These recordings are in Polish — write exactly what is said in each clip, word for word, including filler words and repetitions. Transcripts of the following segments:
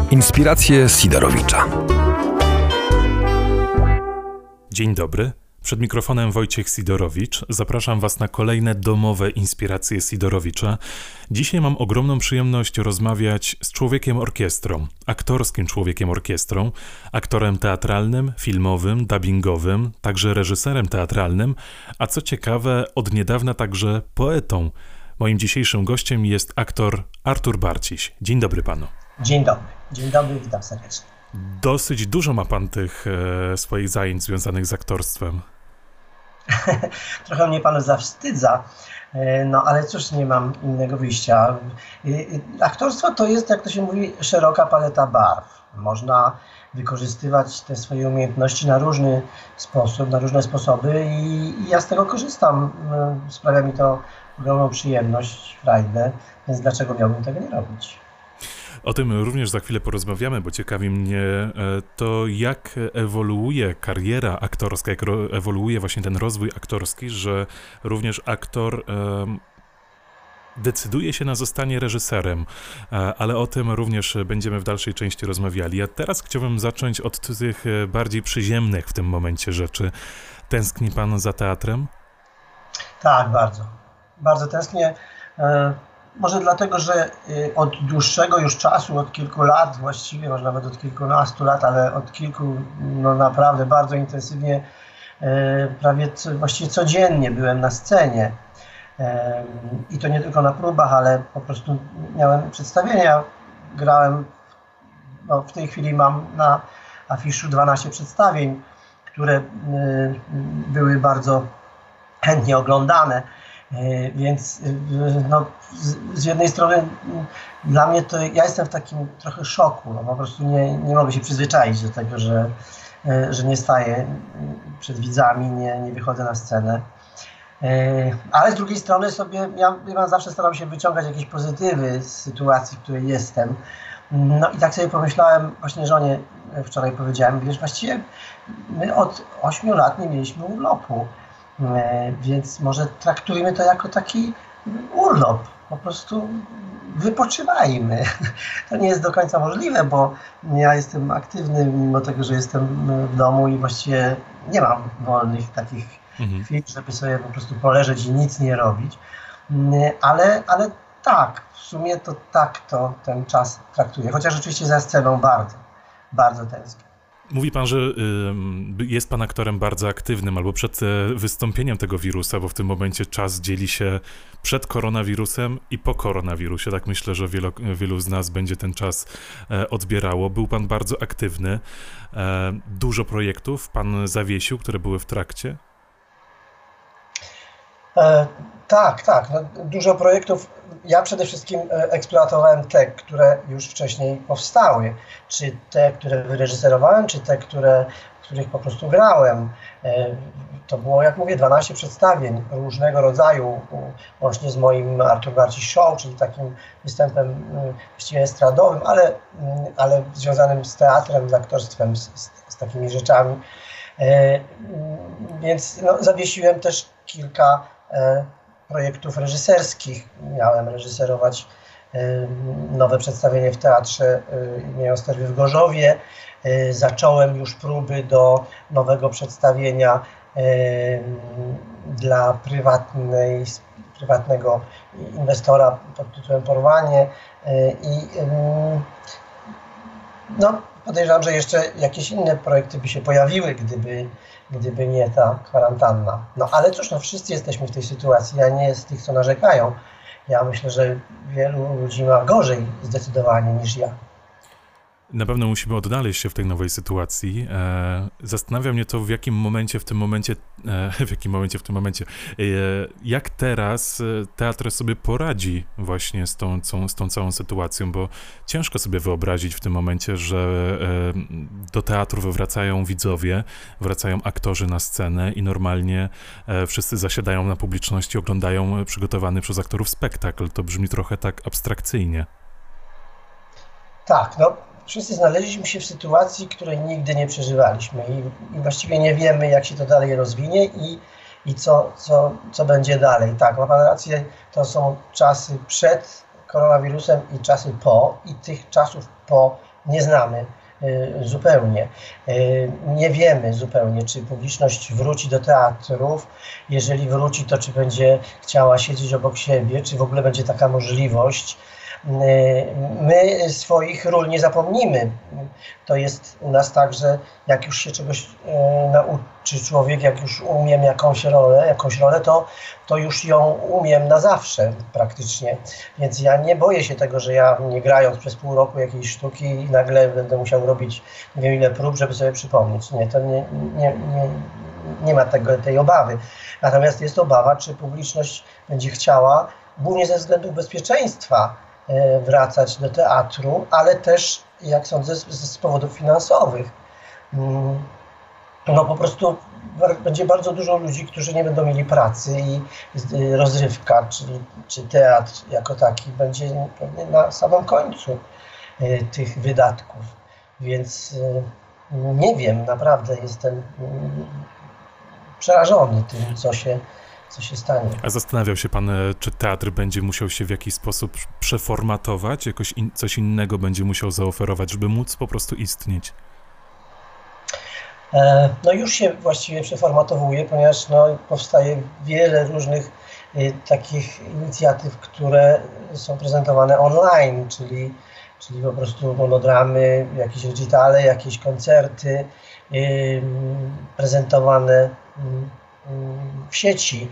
Inspiracje Sidorowicza. Dzień dobry. Przed mikrofonem Wojciech Sidorowicz. Zapraszam Was na kolejne domowe inspiracje Sidorowicza. Dzisiaj mam ogromną przyjemność rozmawiać z człowiekiem orkiestrą, aktorskim człowiekiem orkiestrą, aktorem teatralnym, filmowym, dubbingowym, także reżyserem teatralnym, a co ciekawe, od niedawna także poetą. Moim dzisiejszym gościem jest aktor Artur Barciś. Dzień dobry panu. Dzień dobry. Dzień dobry, witam serdecznie. Dosyć dużo ma pan tych e, swoich zajęć związanych z aktorstwem. Trochę mnie panu zawstydza, no ale cóż, nie mam innego wyjścia. Aktorstwo to jest, jak to się mówi, szeroka paleta barw. Można wykorzystywać te swoje umiejętności na różny sposób, na różne sposoby i, i ja z tego korzystam. Sprawia mi to ogromną przyjemność, frajdę, więc dlaczego miałbym tego nie robić? O tym również za chwilę porozmawiamy, bo ciekawi mnie to, jak ewoluuje kariera aktorska, jak ewoluuje właśnie ten rozwój aktorski, że również aktor um, decyduje się na zostanie reżyserem, ale o tym również będziemy w dalszej części rozmawiali. A teraz chciałbym zacząć od tych bardziej przyziemnych w tym momencie rzeczy. Tęskni pan za teatrem? Tak, bardzo. Bardzo tęsknię. Może dlatego, że od dłuższego już czasu, od kilku lat właściwie, może nawet od kilkunastu lat, ale od kilku, no naprawdę bardzo intensywnie, prawie właściwie codziennie byłem na scenie. I to nie tylko na próbach, ale po prostu miałem przedstawienia, grałem, no w tej chwili mam na afiszu dwanaście przedstawień, które były bardzo chętnie oglądane. Więc no, z, z jednej strony dla mnie to ja jestem w takim trochę szoku, no, po prostu nie, nie mogę się przyzwyczaić do tego, że, że nie staję przed widzami, nie, nie wychodzę na scenę. Ale z drugiej strony sobie, ja, ja zawsze staram się wyciągać jakieś pozytywy z sytuacji, w której jestem. No i tak sobie pomyślałem, właśnie żonie wczoraj powiedziałem, wiesz, właściwie my od ośmiu lat nie mieliśmy urlopu. Więc może traktujmy to jako taki urlop, po prostu wypoczywajmy. To nie jest do końca możliwe, bo ja jestem aktywny, mimo tego, że jestem w domu i właściwie nie mam wolnych takich mhm. chwil, żeby sobie po prostu poleżeć i nic nie robić. Ale, ale tak, w sumie to tak to ten czas traktuję, chociaż oczywiście za sceną bardzo, bardzo tęsknię. Mówi pan, że y, jest pan aktorem bardzo aktywnym, albo przed y, wystąpieniem tego wirusa, bo w tym momencie czas dzieli się przed koronawirusem i po koronawirusie. Tak myślę, że wielu, wielu z nas będzie ten czas e, odbierało. Był pan bardzo aktywny. E, dużo projektów pan zawiesił, które były w trakcie? E, tak, tak. No, dużo projektów. Ja przede wszystkim eksploatowałem te, które już wcześniej powstały. Czy te, które wyreżyserowałem, czy te, które, w których po prostu grałem. To było, jak mówię, dwanaście przedstawień różnego rodzaju, łącznie z moim Artur Barciś Show, czyli takim występem właściwie estradowym, ale, ale związanym z teatrem, z aktorstwem, z, z, z takimi rzeczami. Więc no, zawiesiłem też kilka projektów reżyserskich. Miałem reżyserować y, nowe przedstawienie w Teatrze imienia Osterwy w Gorzowie. Y, zacząłem już próby do nowego przedstawienia y, dla prywatnej, prywatnego inwestora pod tytułem Porwanie. Y, I y, no, podejrzewam, że jeszcze jakieś inne projekty by się pojawiły, gdyby gdyby nie ta kwarantanna. No ale cóż, no wszyscy jesteśmy w tej sytuacji, ja nie jestem z tych, co narzekają. Ja myślę, że wielu ludzi ma gorzej zdecydowanie niż ja. Na pewno musimy odnaleźć się w tej nowej sytuacji. E, zastanawia mnie to, w jakim momencie w tym momencie, e, w jakim momencie w tym momencie, e, jak teraz teatr sobie poradzi właśnie z tą, z tą całą sytuacją, bo ciężko sobie wyobrazić w tym momencie, że e, do teatrów wracają widzowie, wracają aktorzy na scenę i normalnie e, wszyscy zasiadają na publiczności, oglądają przygotowany przez aktorów spektakl. To brzmi trochę tak abstrakcyjnie. Tak, no. Wszyscy znaleźliśmy się w sytuacji, której nigdy nie przeżywaliśmy i, i właściwie nie wiemy, jak się to dalej rozwinie i, i co, co, co będzie dalej. Tak, ma pan rację, to są czasy przed koronawirusem i czasy po i tych czasów po nie znamy zupełnie. Nie wiemy zupełnie, czy publiczność wróci do teatrów. Jeżeli wróci, to czy będzie chciała siedzieć obok siebie, czy w ogóle będzie taka możliwość. My swoich ról nie zapomnimy. To jest u nas tak, że jak już się czegoś nauczy człowiek, jak już umiem jakąś rolę, jakąś rolę, to, to już ją umiem na zawsze praktycznie. Więc ja nie boję się tego, że ja nie grając przez pół roku jakiejś sztuki i nagle będę musiał robić nie wiem ile prób, żeby sobie przypomnieć. Nie, to nie, nie, nie, nie ma tego, tej obawy. Natomiast jest obawa, czy publiczność będzie chciała, głównie ze względów bezpieczeństwa, wracać do teatru, ale też, jak sądzę, z, z powodów finansowych. No po prostu będzie bardzo dużo ludzi, którzy nie będą mieli pracy i rozrywka, czyli czy teatr jako taki będzie na samym końcu tych wydatków. Więc nie wiem, naprawdę jestem przerażony tym, co się co się stanie. A zastanawiał się pan, czy teatr będzie musiał się w jakiś sposób przeformatować, jakoś in, coś innego będzie musiał zaoferować, żeby móc po prostu istnieć? E, no już się właściwie przeformatowuje, ponieważ no, powstaje wiele różnych y, takich inicjatyw, które są prezentowane online, czyli, czyli po prostu monodramy, jakieś recitale, jakieś koncerty y, prezentowane y, w sieci.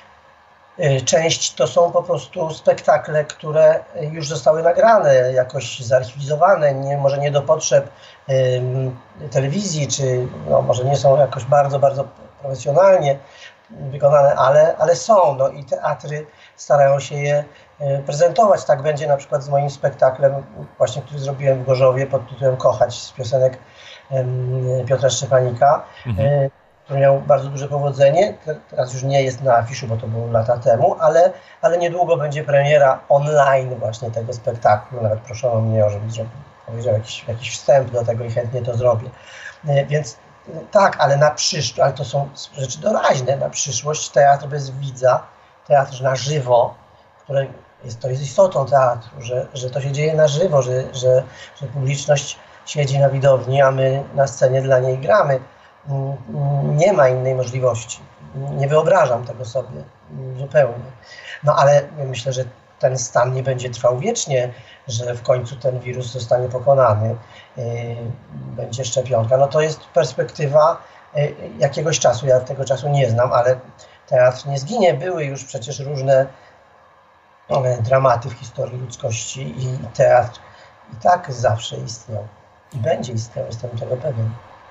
Część to są po prostu spektakle, które już zostały nagrane, jakoś zarchiwizowane, nie, może nie do potrzeb um, telewizji, czy no, może nie są jakoś bardzo, bardzo profesjonalnie wykonane, ale, ale są. No, i teatry starają się je prezentować. Tak będzie na przykład z moim spektaklem, właśnie który zrobiłem w Gorzowie pod tytułem Kochać, z piosenek um, Piotra Szczepanika. Mhm. który miał bardzo duże powodzenie. Teraz już nie jest na afiszu, bo to było lata temu, ale, ale niedługo będzie premiera online właśnie tego spektaklu. Nawet proszono mnie, żebym powiedział jakiś, jakiś wstęp do tego i chętnie to zrobię. Więc tak, ale na przyszłość, ale to są rzeczy doraźne. Na przyszłość teatr bez widza, teatr na żywo, które jest, to jest istotą teatru, że, że to się dzieje na żywo, że, że, że publiczność siedzi na widowni, a my na scenie dla niej gramy. Nie ma innej możliwości. Nie wyobrażam tego sobie zupełnie. No ale myślę, że ten stan nie będzie trwał wiecznie, że w końcu ten wirus zostanie pokonany, yy, będzie szczepionka. No to jest perspektywa yy, jakiegoś czasu. Ja tego czasu nie znam, ale teatr nie zginie. Były już przecież różne yy, dramaty w historii ludzkości i teatr i tak zawsze istniał. I będzie istniał, jestem tego pewien.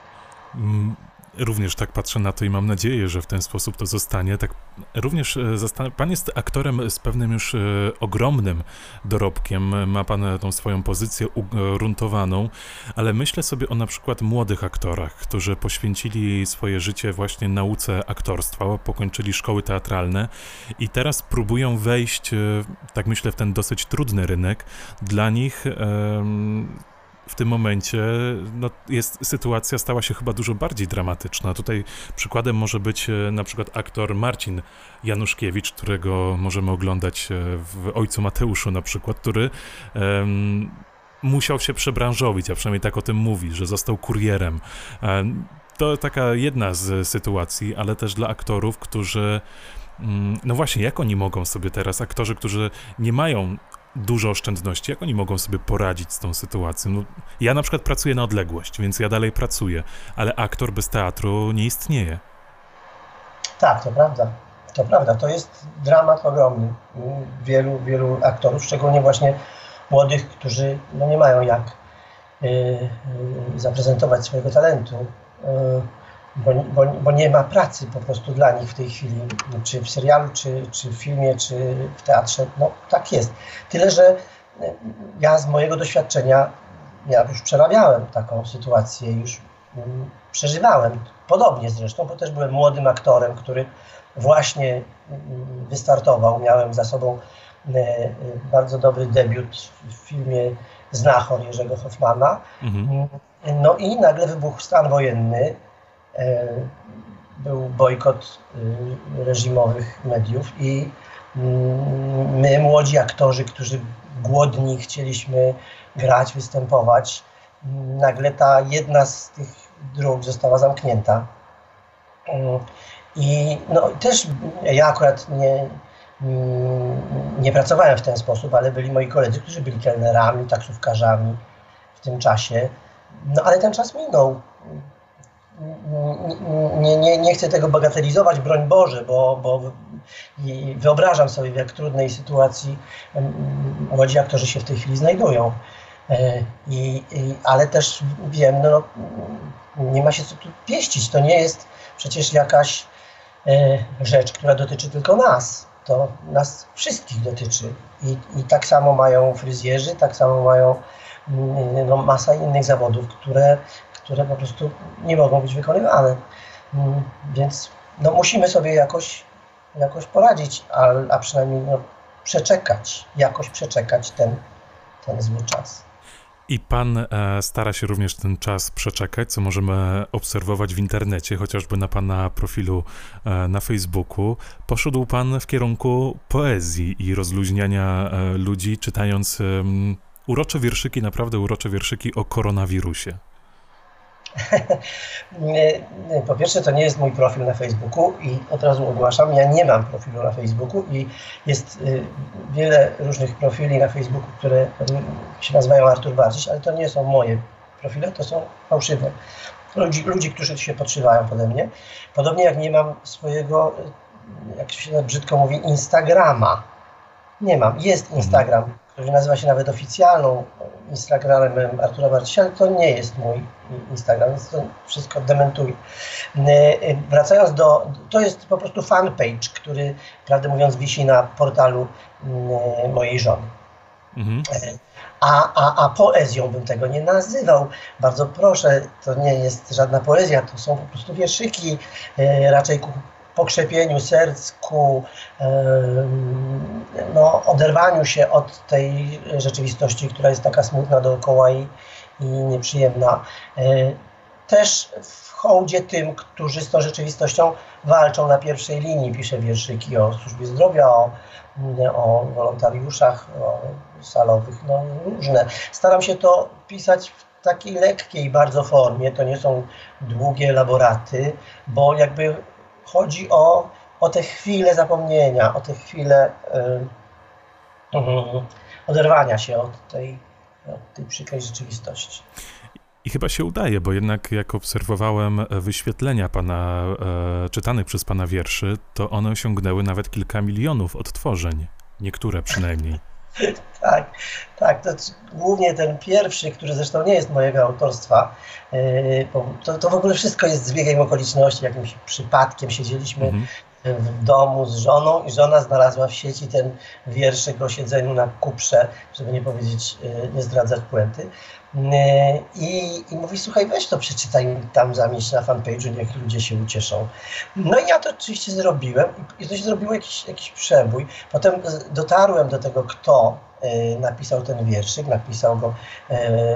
Również tak patrzę na to i mam nadzieję, że w ten sposób to zostanie. Tak również zastan- pan jest aktorem z pewnym już e, ogromnym dorobkiem, ma pan tą swoją pozycję ugruntowaną, ale myślę sobie o na przykład młodych aktorach, którzy poświęcili swoje życie właśnie nauce aktorstwa, pokończyli szkoły teatralne i teraz próbują wejść, e, tak myślę, w ten dosyć trudny rynek. Dla nich e, w tym momencie no, jest, sytuacja stała się chyba dużo bardziej dramatyczna. Tutaj przykładem może być na przykład aktor Marcin Januszkiewicz, którego możemy oglądać w Ojcu Mateuszu na przykład, który um, musiał się przebranżowić, a przynajmniej tak o tym mówi, że został kurierem. Um, to taka jedna z sytuacji, ale też dla aktorów, którzy um, no właśnie, jak oni mogą sobie teraz, aktorzy, którzy nie mają dużo oszczędności, jak oni mogą sobie poradzić z tą sytuacją? No, ja na przykład pracuję na odległość, więc ja dalej pracuję, ale aktor bez teatru nie istnieje. Tak, to prawda. To prawda. To jest dramat ogromny. Wielu, wielu aktorów, szczególnie właśnie młodych, którzy no, nie mają jak y, y, zaprezentować swojego talentu, y, bo, bo, bo nie ma pracy po prostu dla nich w tej chwili, czy w serialu, czy, czy w filmie, czy w teatrze. No tak jest. Tyle, że ja z mojego doświadczenia, ja już przerabiałem taką sytuację, już um, przeżywałem, podobnie zresztą, bo też byłem młodym aktorem, który właśnie um, wystartował. Miałem za sobą um, bardzo dobry debiut w filmie Znachor Jerzego Hoffmana. Mhm. No i nagle wybuchł stan wojenny. Był bojkot reżimowych mediów i my, młodzi aktorzy, którzy głodni chcieliśmy grać, występować, nagle ta jedna z tych dróg została zamknięta. I no, też ja akurat nie, nie pracowałem w ten sposób, ale byli moi koledzy, którzy byli kelnerami, taksówkarzami w tym czasie. No ale ten czas minął. Nie, nie, nie chcę tego bagatelizować, broń Boże, bo, bo i wyobrażam sobie, w jak trudnej sytuacji młodzi aktorzy się w tej chwili znajdują. I, i, ale też wiem, no, nie ma się co tu pieścić. To nie jest przecież jakaś e, rzecz, która dotyczy tylko nas. To nas wszystkich dotyczy. I, i tak samo mają fryzjerzy, tak samo mają no, masa innych zawodów, które, które po prostu nie mogą być wykonywane. Więc no, musimy sobie jakoś, jakoś poradzić, a, a przynajmniej no, przeczekać, jakoś przeczekać ten, ten zły czas. I pan e, stara się również ten czas przeczekać, co możemy obserwować w internecie, chociażby na pana profilu e, na Facebooku. Poszedł pan w kierunku poezji i rozluźniania e, ludzi, czytając e, urocze wierszyki, naprawdę urocze wierszyki o koronawirusie. Po pierwsze, to nie jest mój profil na Facebooku i od razu ogłaszam, ja nie mam profilu na Facebooku i jest wiele różnych profili na Facebooku, które się nazywają Artur Bardziś, ale to nie są moje profile, to są fałszywe. Ludzi, ludzi, którzy się podszywają pode mnie. Podobnie jak nie mam swojego, jak się brzydko mówi, Instagrama. Nie mam. Jest Instagram, który nazywa się nawet oficjalną Instagramem Artura Bardzisia, ale to nie jest mój Instagram, więc to wszystko dementuję. Wracając do... To jest po prostu fanpage, który, prawdę mówiąc, wisi na portalu mojej żony. Mhm. A, a, a poezją bym tego nie nazywał. Bardzo proszę, to nie jest żadna poezja, to są po prostu wierszyki, raczej ku pokrzepieniu serc, ku no, oderwaniu się od tej rzeczywistości, która jest taka smutna dookoła i, i nieprzyjemna. Też w hołdzie tym, którzy z tą rzeczywistością walczą na pierwszej linii. Piszę wierszyki o służbie zdrowia, o, o wolontariuszach, o salowych, no różne. Staram się to pisać w takiej lekkiej bardzo formie, to nie są długie elaboraty, bo jakby chodzi o, o te chwile zapomnienia, o te chwile y, y, oderwania się od tej, od tej przykrej rzeczywistości. I chyba się udaje, bo jednak jak obserwowałem wyświetlenia pana, e, czytanych przez pana wierszy, to one osiągnęły nawet kilka milionów odtworzeń. Niektóre przynajmniej. Tak, tak. To głównie ten pierwszy, który zresztą nie jest mojego autorstwa, yy, to, to w ogóle wszystko jest zbiegiem okoliczności, jakimś przypadkiem. Siedzieliśmy mhm. w domu z żoną i żona znalazła w sieci ten wierszyk o siedzeniu na kuprze, żeby nie powiedzieć, yy, nie zdradzać puenty. I, I mówi, słuchaj, weź to przeczytaj, tam zamieść na fanpage'u, niech ludzie się ucieszą. No i ja to oczywiście zrobiłem i to się zrobiło jakiś, jakiś przebój. Potem dotarłem do tego, kto y, napisał ten wierszyk. Napisał go y,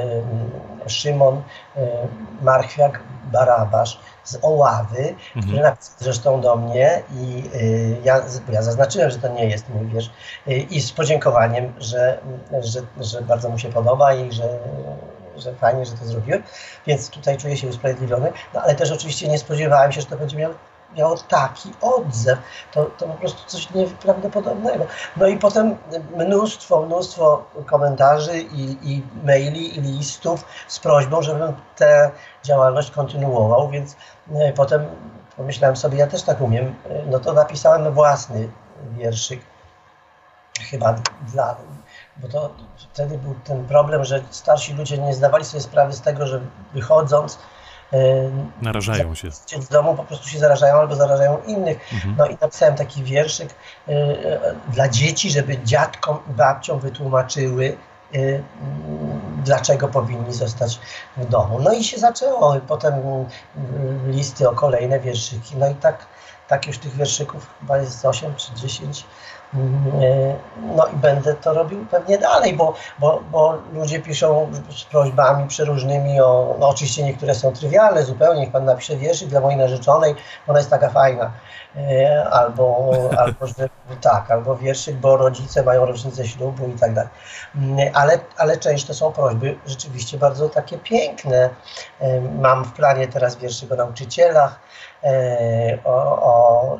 Szymon y, Marchwiak-Barabasz z Oławy, mhm. który napisał zresztą do mnie i y, ja, ja zaznaczyłem, że to nie jest mój wiersz y, i z podziękowaniem, że, że, że bardzo mu się podoba i że, że fajnie, że to zrobiłem, więc tutaj czuję się usprawiedliwiony, no ale też oczywiście nie spodziewałem się, że to będzie miało, miało taki odzew, to, to po prostu coś nieprawdopodobnego. No i potem mnóstwo, mnóstwo komentarzy i, i maili, i listów z prośbą, żebym tę działalność kontynuował, więc no, potem pomyślałem sobie, ja też tak umiem, no to napisałem własny wierszyk, chyba dla, bo to wtedy był ten problem, że starsi ludzie nie zdawali sobie sprawy z tego, że wychodząc narażają się z domu, po prostu się zarażają albo zarażają innych. Mhm. No i napisałem taki wierszyk y, dla dzieci, żeby dziadkom i babciom wytłumaczyły, y, dlaczego powinni zostać w domu. No i się zaczęło. Potem y, listy o kolejne wierszyki. No i tak, tak już tych wierszyków chyba jest osiem czy dziesięć No i będę to robił pewnie dalej, bo, bo, bo ludzie piszą z prośbami przeróżnymi o, no oczywiście niektóre są trywialne zupełnie, niech pan napisze wierszyk dla mojej narzeczonej, ona jest taka fajna, albo, albo że tak, albo wierszyk, bo rodzice mają rocznicę ślubu i tak dalej, ale, ale część to są prośby rzeczywiście bardzo takie piękne. Mam w planie teraz wierszyk o nauczycielach, o, o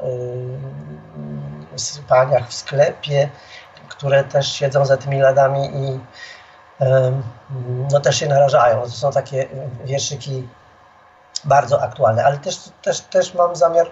paniach w sklepie, które też siedzą za tymi ladami i no, też się narażają. To są takie wierszyki bardzo aktualne, ale też, też, też mam zamiar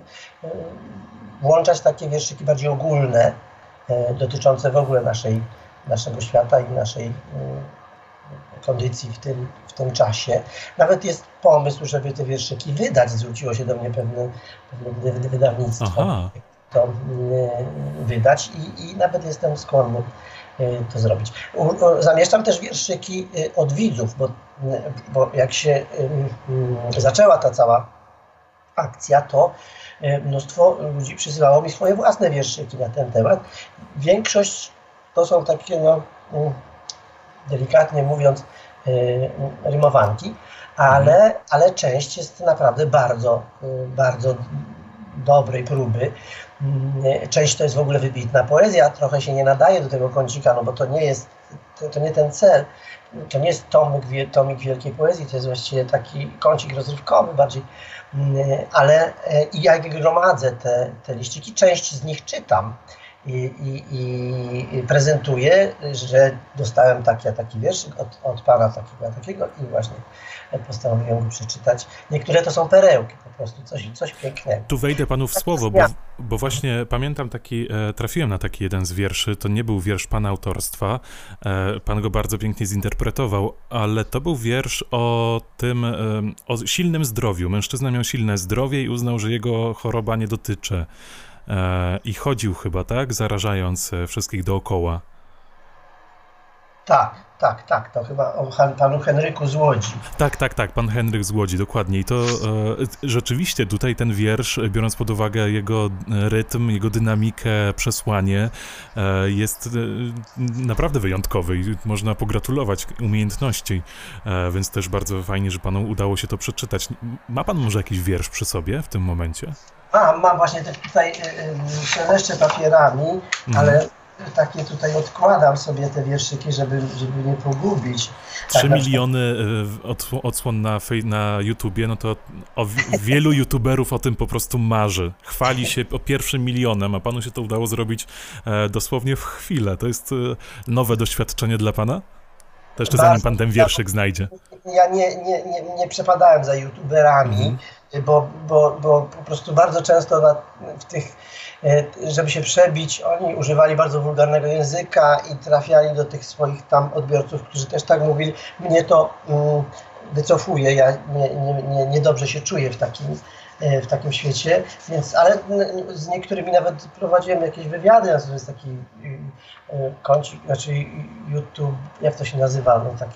włączać takie wierszyki bardziej ogólne, dotyczące w ogóle naszej, naszego świata i naszej kondycji w tym, w tym czasie. Nawet jest pomysł, żeby te wierszyki wydać. Zwróciło się do mnie pewne, pewne wydawnictwo. Aha. To wydać i, i nawet jestem skłonny to zrobić. Zamieszczam też wierszyki od widzów, bo, bo jak się zaczęła ta cała akcja, to mnóstwo ludzi przysyłało mi swoje własne wierszyki na ten temat. Większość to są takie, no, delikatnie mówiąc, rymowanki, ale, ale część jest naprawdę bardzo, bardzo dobrej próby. Część to jest w ogóle wybitna poezja, trochę się nie nadaje do tego kącika, no bo to nie jest, to, to nie ten cel, to nie jest tomik, tomik wielkiej poezji, to jest właściwie taki kącik rozrywkowy bardziej, ale i jak gromadzę te, te liściki, część z nich czytam i, i, i prezentuję, że dostałem taki, taki wierszyk od, od pana takiego, takiego i właśnie postanowiłem go przeczytać. Niektóre to są perełki, po prostu coś, coś pięknego. Tu wejdę panu w słowo, bo, bo właśnie pamiętam taki, e, trafiłem na taki jeden z wierszy, to nie był wiersz pana autorstwa, e, pan go bardzo pięknie zinterpretował, ale to był wiersz o tym, e, o silnym zdrowiu. Mężczyzna miał silne zdrowie i uznał, że jego choroba nie dotyczy. E, I chodził chyba, tak? Zarażając wszystkich dookoła. Tak, tak, tak, to chyba o panu Henryku z Łodzi. Tak, tak, tak, pan Henryk z Łodzi, dokładnie. I to e, rzeczywiście tutaj ten wiersz, biorąc pod uwagę jego rytm, jego dynamikę, przesłanie, e, jest e, naprawdę wyjątkowy i można pogratulować umiejętności, e, więc też bardzo fajnie, że panu udało się to przeczytać. Ma pan może jakiś wiersz przy sobie w tym momencie? A, mam właśnie też tutaj szeleszczę papierami, mhm. ale takie tutaj odkładam sobie te wierszyki, żeby, żeby nie pogubić. Trzy tak, miliony odsłon na, na YouTubie, no to o wielu youtuberów o tym po prostu marzy. Chwali się o pierwszym milionem, a panu się to udało zrobić e, dosłownie w chwilę. To jest e, nowe doświadczenie dla pana? To jeszcze zanim pan ten wierszyk znajdzie. Ja nie, nie, nie, nie przepadałem za youtuberami, mhm. bo, bo, bo po prostu bardzo często na, w tych, żeby się przebić, oni używali bardzo wulgarnego języka i trafiali do tych swoich tam odbiorców, którzy też tak mówili. Mnie to mm, wycofuje, ja nie, nie, nie, niedobrze się czuję w takim, w takim świecie, więc, ale z niektórymi nawet prowadziłem jakieś wywiady, to jest taki kącik, znaczy YouTube, jak to się nazywa, no taki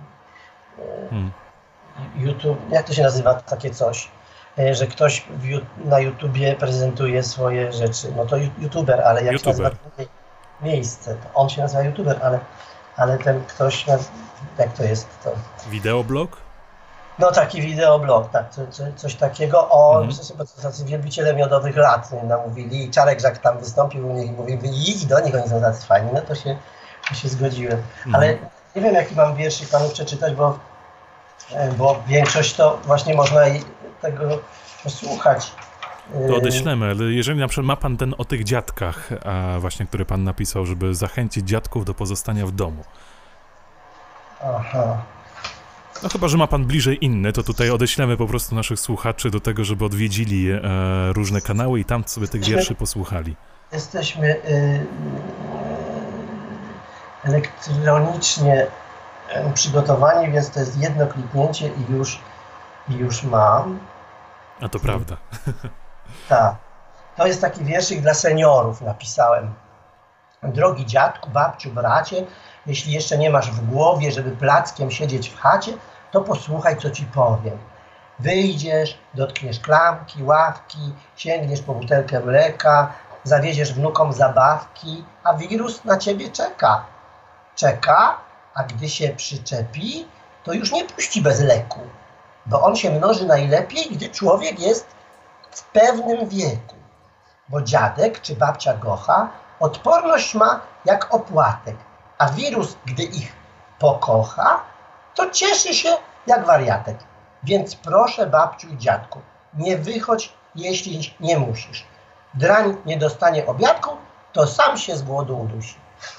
hmm. YouTube, jak to się nazywa takie coś, że ktoś w, na YouTubie prezentuje swoje rzeczy, no to YouTuber, ale jak YouTuber. się nazywa miejsce, to on się nazywa YouTuber, ale, ale ten ktoś, jak to jest to? Wideoblog? No taki wideoblog, tak, co, co, coś takiego o, mhm. tacy wielbiciele miodowych lat namówili i Czarek Żak tam wystąpił u nich i mówił, idź do nich, oni są tacy fajni, no to się, to się zgodziłem. Mhm. Ale nie wiem, jaki mam wierszyk panu przeczytać, bo, bo większość to właśnie można i tego posłuchać. To odeślemy, ale jeżeli na przykład ma pan ten o tych dziadkach, a właśnie, który pan napisał, żeby zachęcić dziadków do pozostania w domu. Aha. No chyba, że ma pan bliżej inny, to tutaj odeślemy po prostu naszych słuchaczy do tego, żeby odwiedzili e, różne kanały i tam sobie tych wierszy posłuchali. Jesteśmy y, elektronicznie przygotowani, więc to jest jedno kliknięcie i już, i już mam. A to prawda. Tak. To jest taki wierszyk dla seniorów, napisałem. Drogi dziadku, babciu, bracie, jeśli jeszcze nie masz w głowie, żeby plackiem siedzieć w chacie, to posłuchaj, co ci powiem. Wyjdziesz, dotkniesz klamki, ławki, sięgniesz po butelkę mleka, zawieziesz wnukom zabawki, a wirus na ciebie czeka. Czeka, a gdy się przyczepi, to już nie puści bez leku, bo on się mnoży najlepiej, gdy człowiek jest w pewnym wieku. Bo dziadek czy babcia Gocha odporność ma jak opłatek, a wirus, gdy ich pokocha, to cieszy się jak wariatek. Więc proszę babciu i dziadku, nie wychodź, jeśli nie musisz. Drań nie dostanie obiadku, to sam się z głodu udusi.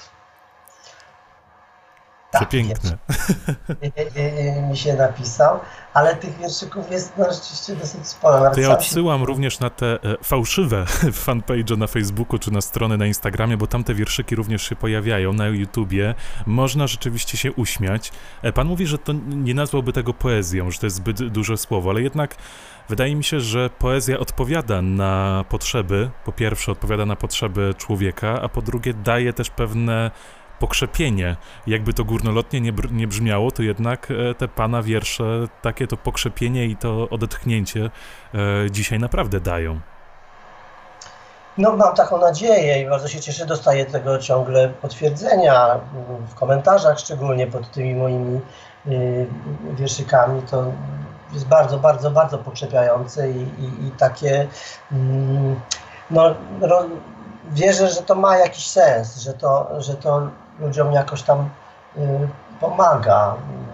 Przepiękne. Tak, mi się napisał, ale tych wierszyków jest no, rzeczywiście dosyć sporo. Nawet to ja sam odsyłam się... również na te e, fałszywe fanpage na Facebooku czy na strony na Instagramie, bo tam te wierszyki również się pojawiają na YouTubie. Można rzeczywiście się uśmiać. E, pan mówi, że to nie nazwałby tego poezją, że to jest zbyt duże słowo, ale jednak wydaje mi się, że poezja odpowiada na potrzeby, po pierwsze odpowiada na potrzeby człowieka, a po drugie daje też pewne pokrzepienie. Jakby to górnolotnie nie, br- nie brzmiało, to jednak e, te pana wiersze takie to pokrzepienie i to odetchnięcie e, dzisiaj naprawdę dają. No mam taką nadzieję i bardzo się cieszę, dostaję tego ciągle potwierdzenia w komentarzach, szczególnie pod tymi moimi y, wierszykami. To jest bardzo, bardzo, bardzo pokrzepiające i, i, i takie y, no ro, wierzę, że to ma jakiś sens, że to, że to ludziom jakoś tam y, pomaga.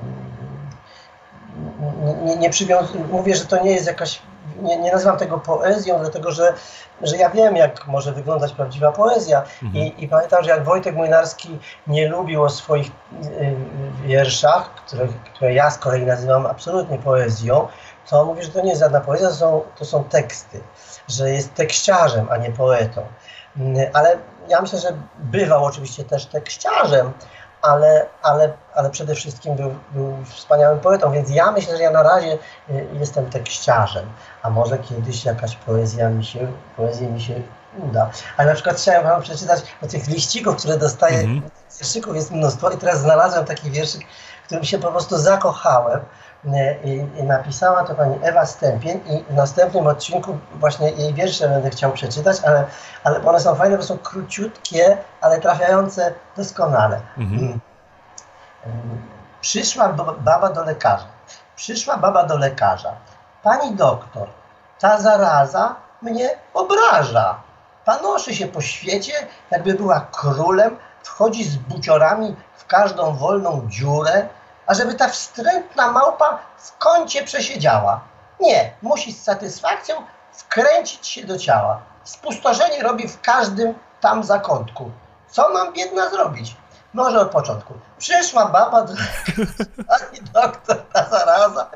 Nie, nie przywiąz... Mówię, że to nie jest jakaś... Nie, nie nazywam tego poezją, dlatego że, że ja wiem, jak może wyglądać prawdziwa poezja. Mhm. I, I pamiętam, że jak Wojtek Młynarski nie lubił o swoich y, wierszach, które, które ja z kolei nazywam absolutnie poezją, to on mówi, że to nie jest żadna poezja, to są, to są teksty, że jest tekściarzem, a nie poetą. Ale ja myślę, że bywał oczywiście też tekściarzem, ale, ale, ale przede wszystkim był, był wspaniałym poetą, więc ja myślę, że ja na razie jestem tekściarzem, a może kiedyś jakaś poezja mi się, poezja mi się uda. Ale na przykład chciałem wam przeczytać o tych liścików, które dostaję, mm-hmm. wierszyków jest mnóstwo i teraz znalazłem taki wierszyk, w którym się po prostu zakochałem. I, i napisała to pani Ewa Stępień i w następnym odcinku właśnie jej wiersze będę chciał przeczytać, ale, ale one są fajne, bo są króciutkie, ale trafiające doskonale. Mhm. Przyszła baba do lekarza. Przyszła baba do lekarza. Pani doktor, ta zaraza mnie obraża. Panoszy się po świecie, jakby była królem, wchodzi z buciorami w każdą wolną dziurę, ażeby ta wstrętna małpa w kącie przesiedziała. Nie, musi z satysfakcją wkręcić się do ciała. Spustoszenie robi w każdym tam zakątku. Co mam biedna zrobić? Może od początku. Przyszła baba do pani doktor, ta zaraza.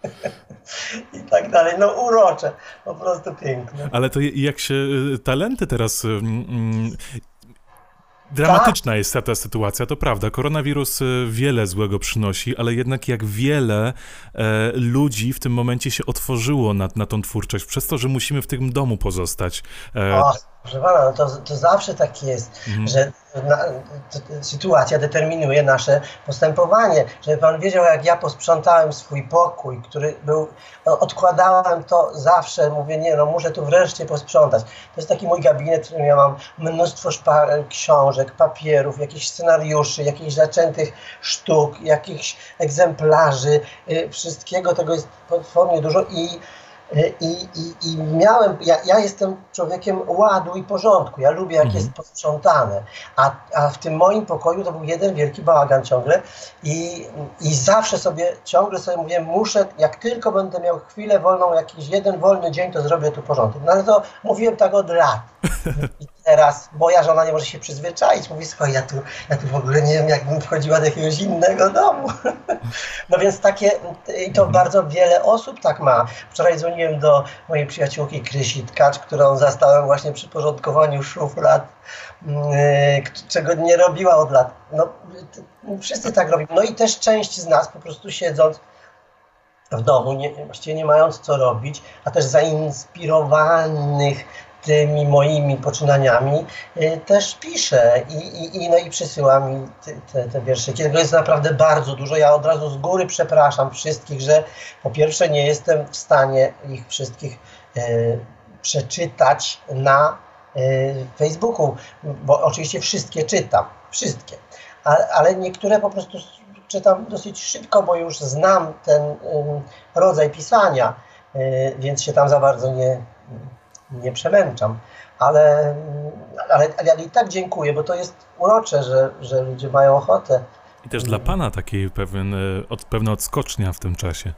I tak dalej. No urocze, po prostu piękne. Ale to jak się talenty teraz... Mm, Dramatyczna jest ta, ta sytuacja, to prawda. Koronawirus wiele złego przynosi, ale jednak jak wiele e, ludzi w tym momencie się otworzyło na, na tą twórczość, przez to, że musimy w tym domu pozostać. E... O, proszę pana, no to, to zawsze tak jest, mhm. że na, to, sytuacja determinuje nasze postępowanie. Żeby pan wiedział, jak ja posprzątałem swój pokój, który był, no, odkładałem to zawsze, mówię, nie no, muszę tu wreszcie posprzątać. To jest taki mój gabinet, w którym ja mam mnóstwo szpar, książek, papierów, jakichś scenariuszy, jakichś zaczętych sztuk, jakichś egzemplarzy, yy, wszystkiego tego jest potwornie dużo i I, i, i miałem, ja, ja jestem człowiekiem ładu i porządku, ja lubię jak mhm. jest posprzątane, a, a w tym moim pokoju to był jeden wielki bałagan ciągle i, i zawsze sobie, ciągle sobie mówię, muszę, jak tylko będę miał chwilę wolną, jakiś jeden wolny dzień, to zrobię tu porządek. No ale to mówiłem tak od lat. I teraz moja żona nie może się przyzwyczaić, mówi, słuchaj, ja tu, ja tu w ogóle nie wiem, jakbym wchodziła do jakiegoś innego domu. No więc takie, i to bardzo wiele osób tak ma. Wczoraj dzwoniłem do mojej przyjaciółki Krysi Tkacz, którą zastałem właśnie przy porządkowaniu szuflad, yy, czego nie robiła od lat. No, wszyscy tak robią. No i też część z nas po prostu siedząc w domu, nie, właściwie nie mając co robić, a też zainspirowanych tymi moimi poczynaniami, y, też piszę i, i, i, no i przysyła mi te, te, te wierszyki. Tego jest naprawdę bardzo dużo. Ja od razu z góry przepraszam wszystkich, że po pierwsze nie jestem w stanie ich wszystkich y, przeczytać na w Facebooku, bo oczywiście wszystkie czytam, wszystkie, ale, ale niektóre po prostu czytam dosyć szybko, bo już znam ten rodzaj pisania, więc się tam za bardzo nie, nie przemęczam. Ale, ale, ale i tak dziękuję, bo to jest urocze, że, że ludzie mają ochotę. I też dla pana taki pewien, od, pewna odskocznia w tym czasie.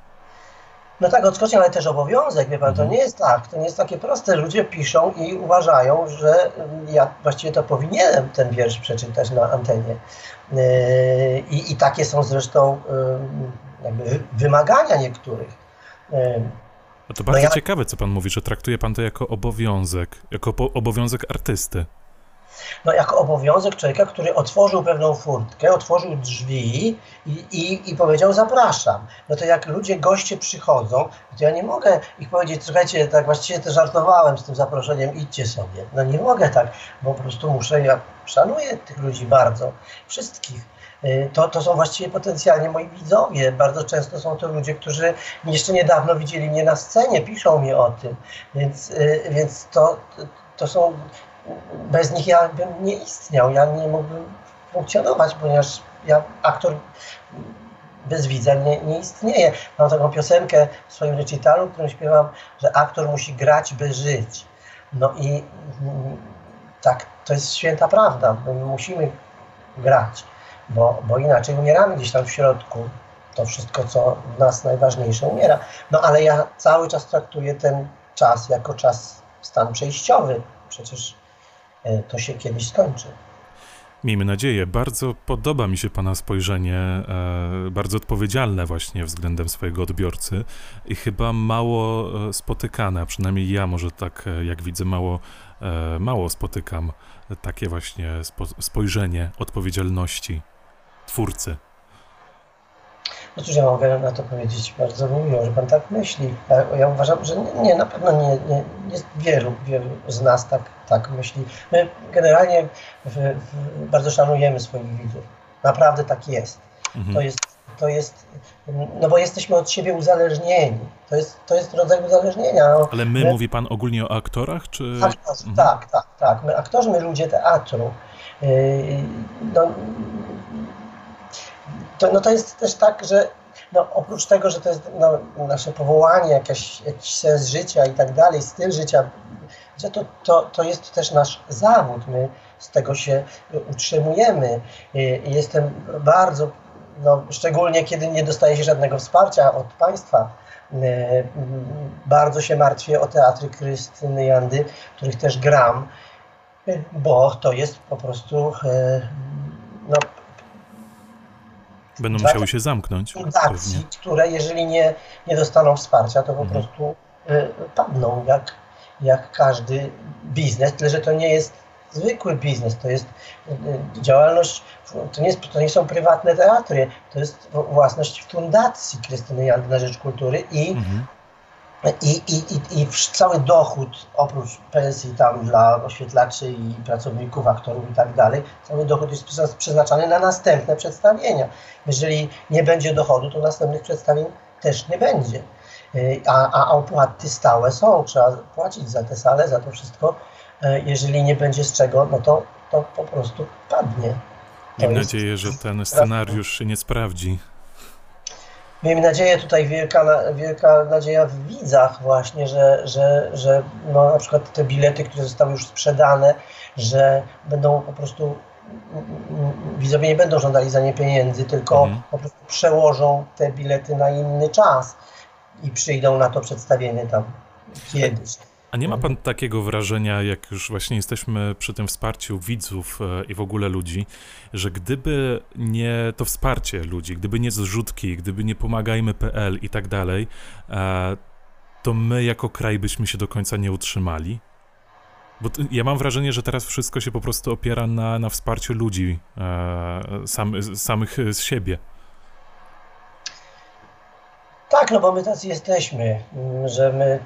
No tak, odskocznia, ale też obowiązek, wie pan, mhm. to nie jest tak, to nie jest takie proste. Ludzie piszą i uważają, że ja właściwie to powinienem ten wiersz przeczytać na antenie. I, i takie są zresztą jakby wymagania niektórych. No to bardzo no ja... ciekawe, co pan mówi, że traktuje pan to jako obowiązek, jako obowiązek artysty. No jako obowiązek człowieka, który otworzył pewną furtkę, otworzył drzwi i, i, i powiedział zapraszam. No to jak ludzie, goście przychodzą, to ja nie mogę ich powiedzieć, słuchajcie, tak właściwie to żartowałem z tym zaproszeniem, idźcie sobie. No nie mogę tak, bo po prostu muszę, ja szanuję tych ludzi bardzo, wszystkich. To, to są właściwie potencjalnie moi widzowie. Bardzo często są to ludzie, którzy jeszcze niedawno widzieli mnie na scenie, piszą mi o tym. Więc, więc to, to są... Bez nich ja bym nie istniał, ja nie mógłbym funkcjonować, ponieważ ja, aktor bez widza nie, nie istnieje. Mam taką piosenkę w swoim recitalu, w którym śpiewam, że aktor musi grać, by żyć. No i tak, to jest święta prawda, my musimy grać. Bo, bo inaczej umieramy gdzieś tam w środku. To wszystko, co w nas najważniejsze, umiera. No ale ja cały czas traktuję ten czas jako czas, stan przejściowy. Przecież to się kiedyś skończy. Miejmy nadzieję. Bardzo podoba mi się pana spojrzenie, e, bardzo odpowiedzialne właśnie względem swojego odbiorcy i chyba mało spotykane, a przynajmniej ja może tak, jak widzę, mało, e, mało spotykam takie właśnie spo, spojrzenie odpowiedzialności twórcy. No cóż, ja mogę na to powiedzieć, bardzo mi miło, że pan tak myśli. Ja, ja uważam, że nie, nie na pewno nie, nie jest wielu, wielu z nas tak, tak myśli. My generalnie w, w, bardzo szanujemy swoich widzów. Naprawdę tak jest. Mhm. To jest. To jest, no bo jesteśmy od siebie uzależnieni. To jest, to jest rodzaj uzależnienia. No, ale my, my, mówi pan ogólnie o aktorach, czy... Aktorzy, mhm. Tak, tak, tak. My aktorzy, my ludzie teatru. Yy, no, To, no to jest też tak, że no oprócz tego, że to jest no, nasze powołanie, jakaś, jakiś sens życia i tak dalej, styl życia, że to, to, to jest też nasz zawód. My z tego się utrzymujemy. I jestem bardzo, no, szczególnie kiedy nie dostaje się żadnego wsparcia od państwa, bardzo się martwię o teatry Krystyny Jandy, których też gram, bo to jest po prostu no, będą musiały się zamknąć. Fundacji, które jeżeli nie, nie dostaną wsparcia, to po mhm. prostu y, padną jak, jak każdy biznes, tyle że to nie jest zwykły biznes, to jest y, działalność, to nie, jest, to nie są prywatne teatry, to jest własność Fundacji Krystyny Jandy na rzecz kultury i, mhm. i, i, i, i cały dochód, oprócz pensji tam dla oświetlaczy i pracowników, aktorów i tak dalej, cały dochód jest przeznaczany na następne przedstawienia. Jeżeli nie będzie dochodu, to następnych przedstawień też nie będzie. A, a opłaty stałe są, trzeba płacić za te sale, za to wszystko. Jeżeli nie będzie z czego, no to, to po prostu padnie. Mam nadzieję, że ten scenariusz się nie sprawdzi. Miejmy nadzieję, tutaj wielka, wielka nadzieja w widzach właśnie, że, że, że no na przykład te bilety, które zostały już sprzedane, że będą po prostu, widzowie nie będą żądali za nie pieniędzy, tylko mhm. po prostu przełożą te bilety na inny czas i przyjdą na to przedstawienie tam kiedyś. A nie ma pan takiego wrażenia, jak już właśnie jesteśmy przy tym wsparciu widzów i w ogóle ludzi, że gdyby nie to wsparcie ludzi, gdyby nie zrzutki, gdyby nie pomagajmy kropka pe el i tak dalej, to my jako kraj byśmy się do końca nie utrzymali? Bo ja mam wrażenie, że teraz wszystko się po prostu opiera na, na wsparciu ludzi, sam, samych z siebie. Tak, no bo my tacy jesteśmy, że my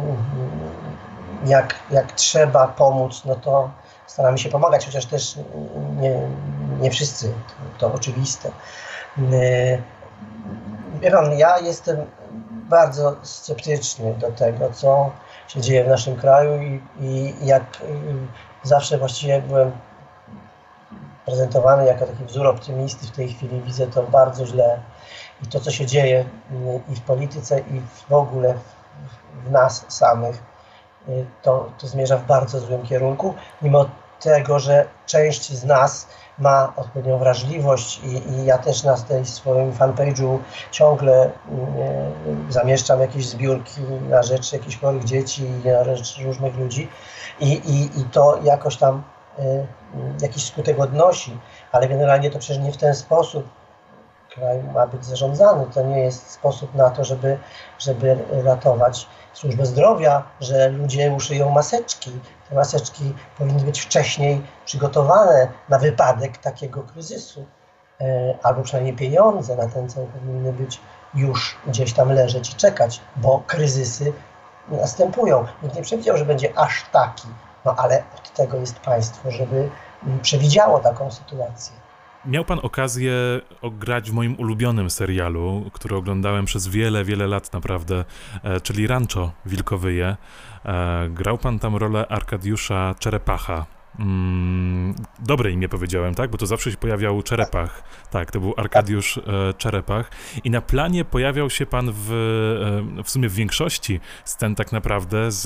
jak, jak trzeba pomóc, no to staramy się pomagać, chociaż też nie, nie wszyscy, to, to oczywiste. Wie pan, ja jestem bardzo sceptyczny do tego, co się dzieje w naszym kraju i, i jak i zawsze właściwie byłem prezentowany jako taki wzór optymisty. W tej chwili widzę to bardzo źle i to, co się dzieje i w polityce, i w ogóle w, w nas samych, to, to zmierza w bardzo złym kierunku, mimo tego, że część z nas ma odpowiednią wrażliwość i, i ja też na tej swoim fanpage'u ciągle y, zamieszczam jakieś zbiórki na rzecz jakichś chorych dzieci i na rzecz różnych ludzi i, i, i to jakoś tam y, jakiś skutek odnosi, ale generalnie to przecież nie w ten sposób kraj ma być zarządzany. To nie jest sposób na to, żeby, żeby ratować służbę zdrowia, że ludzie uszyją maseczki. Te maseczki powinny być wcześniej przygotowane na wypadek takiego kryzysu. Albo przynajmniej pieniądze na ten cel powinny być już gdzieś tam leżeć i czekać, bo kryzysy następują. Nikt nie przewidział, że będzie aż taki, no ale od tego jest państwo, żeby przewidziało taką sytuację. Miał pan okazję grać w moim ulubionym serialu, który oglądałem przez wiele, wiele lat naprawdę, czyli Rancho Wilkowyje. Grał pan tam rolę Arkadiusza Czerepacha. Mm, dobre imię powiedziałem, tak? Bo to zawsze się pojawiał Czerepach. Tak, to był Arkadiusz e, Czerepach. I na planie pojawiał się pan w, e, w sumie w większości scen tak naprawdę z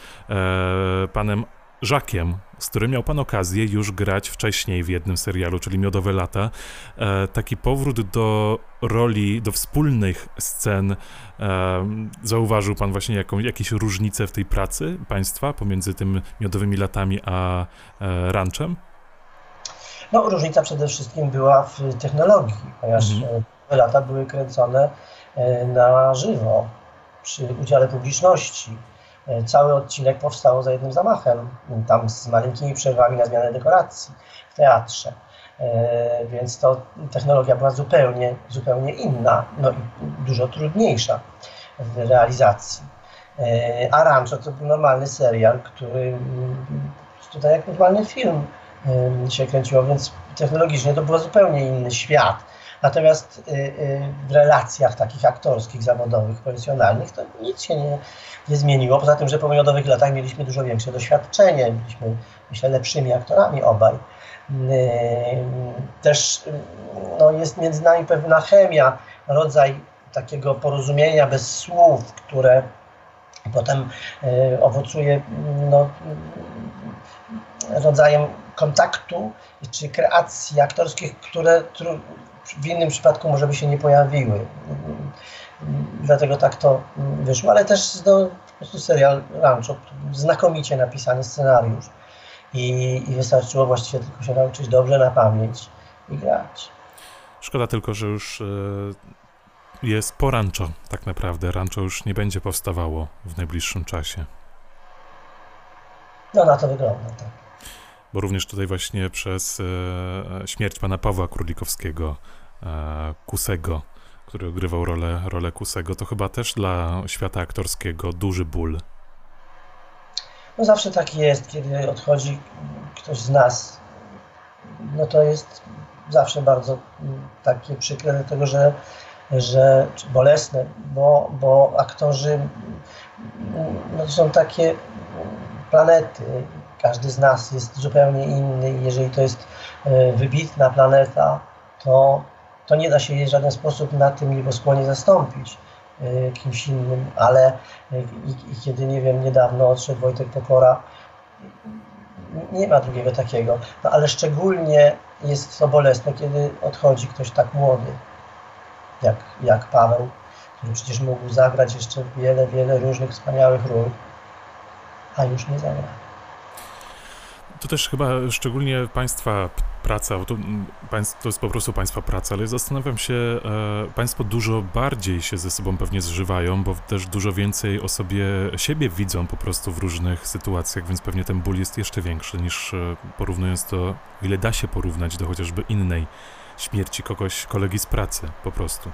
e, panem Żakiem, z którym miał pan okazję już grać wcześniej w jednym serialu, czyli Miodowe lata. E, taki powrót do roli, do wspólnych scen. E, zauważył pan właśnie jaką, jakieś różnice w tej pracy państwa pomiędzy tym Miodowymi latami a e, Ranchem? No, różnica przede wszystkim była w technologii, ponieważ mhm. te lata były kręcone na żywo, przy udziale publiczności. Cały odcinek powstał za jednym zamachem, tam z maleńkimi przerwami na zmianę dekoracji w teatrze. E, więc to technologia była zupełnie, zupełnie inna, no i dużo trudniejsza w realizacji. E, a Rancho to był normalny serial, który tutaj jak normalny film e, się kręciło, więc technologicznie to był zupełnie inny świat. Natomiast y, y, w relacjach takich aktorskich, zawodowych, profesjonalnych to nic się nie, nie zmieniło. Poza tym, że po Miodowych latach mieliśmy dużo większe doświadczenie, byliśmy, myślę, lepszymi aktorami obaj. Y, też no, jest między nami pewna chemia, rodzaj takiego porozumienia bez słów, które potem y, owocuje no, rodzajem kontaktu czy kreacji aktorskich, które tru, w innym przypadku może by się nie pojawiły. Dlatego tak to wyszło, ale też no, po prostu serial Rancho, znakomicie napisany scenariusz i, i wystarczyło właściwie tylko się nauczyć dobrze na pamięć i grać. Szkoda tylko, że już jest po Rancho tak naprawdę. Rancho już nie będzie powstawało w najbliższym czasie. No na to wygląda, tak. Bo również tutaj właśnie przez e, śmierć pana Pawła Królikowskiego, e, Kusego, który ogrywał rolę, rolę Kusego, to chyba też dla świata aktorskiego duży ból. No zawsze tak jest, kiedy odchodzi ktoś z nas. No to jest zawsze bardzo takie przykre, dlatego że, że czy bolesne, bo, bo aktorzy no to są takie planety. Każdy z nas jest zupełnie inny i jeżeli to jest wybitna planeta, to, to nie da się jej w żaden sposób na tym nieboskłonie zastąpić kimś innym, ale i, i kiedy, nie wiem, niedawno odszedł Wojtek Pokora, nie ma drugiego takiego, no ale szczególnie jest to bolesne, kiedy odchodzi ktoś tak młody, jak, jak Paweł, który przecież mógł zagrać jeszcze wiele, wiele różnych wspaniałych ról, a już nie zagra. To też chyba szczególnie państwa praca, bo to, to jest po prostu państwa praca, ale zastanawiam się, e, państwo dużo bardziej się ze sobą pewnie zżywają, bo też dużo więcej o sobie, siebie widzą po prostu w różnych sytuacjach, więc pewnie ten ból jest jeszcze większy niż e, porównując to, o ile da się porównać do chociażby innej śmierci kogoś, kolegi z pracy po prostu.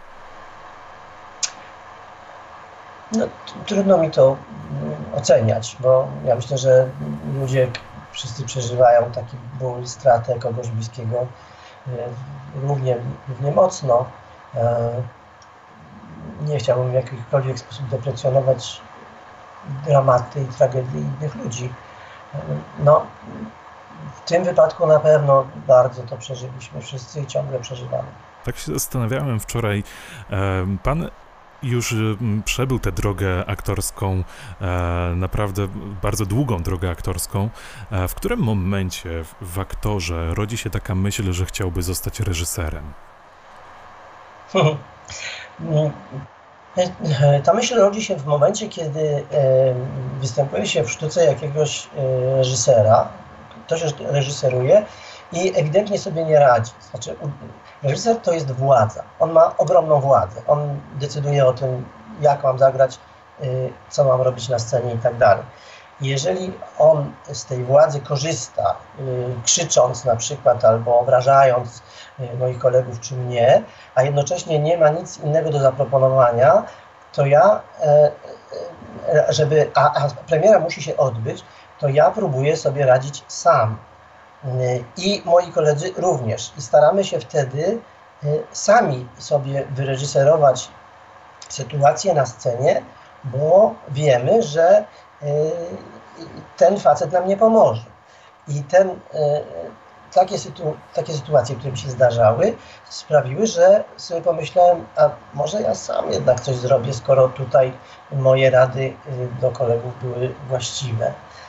No, trudno mi to oceniać, bo ja myślę, że ludzie wszyscy przeżywają taki ból, stratę kogoś bliskiego równie, równie mocno. nie chciałbym w jakikolwiek sposób deprecjonować dramaty i tragedii innych ludzi. No, w tym wypadku na pewno bardzo to przeżyliśmy wszyscy i ciągle przeżywamy. Tak się zastanawiałem wczoraj. Pan już przebył tę drogę aktorską, naprawdę bardzo długą drogę aktorską. W którym momencie w aktorze rodzi się taka myśl, że chciałby zostać reżyserem? Ta myśl rodzi się w momencie, kiedy występuje się w sztuce jakiegoś reżysera, ktoś reżyseruje i ewidentnie sobie nie radzi. Znaczy, reżyser to jest władza. On ma ogromną władzę. On decyduje o tym, jak mam zagrać, co mam robić na scenie i tak dalej. Jeżeli on z tej władzy korzysta, krzycząc na przykład albo obrażając moich kolegów czy mnie, a jednocześnie nie ma nic innego do zaproponowania, to ja, żeby, a, a premiera musi się odbyć, to ja próbuję sobie radzić sam. I moi koledzy również. I staramy się wtedy sami sobie wyreżyserować sytuację na scenie, bo wiemy, że ten facet nam nie pomoże. I ten, takie, sytu, takie sytuacje, które mi się zdarzały, sprawiły, że sobie pomyślałem, a może ja sam jednak coś zrobię, skoro tutaj moje rady do kolegów były właściwe.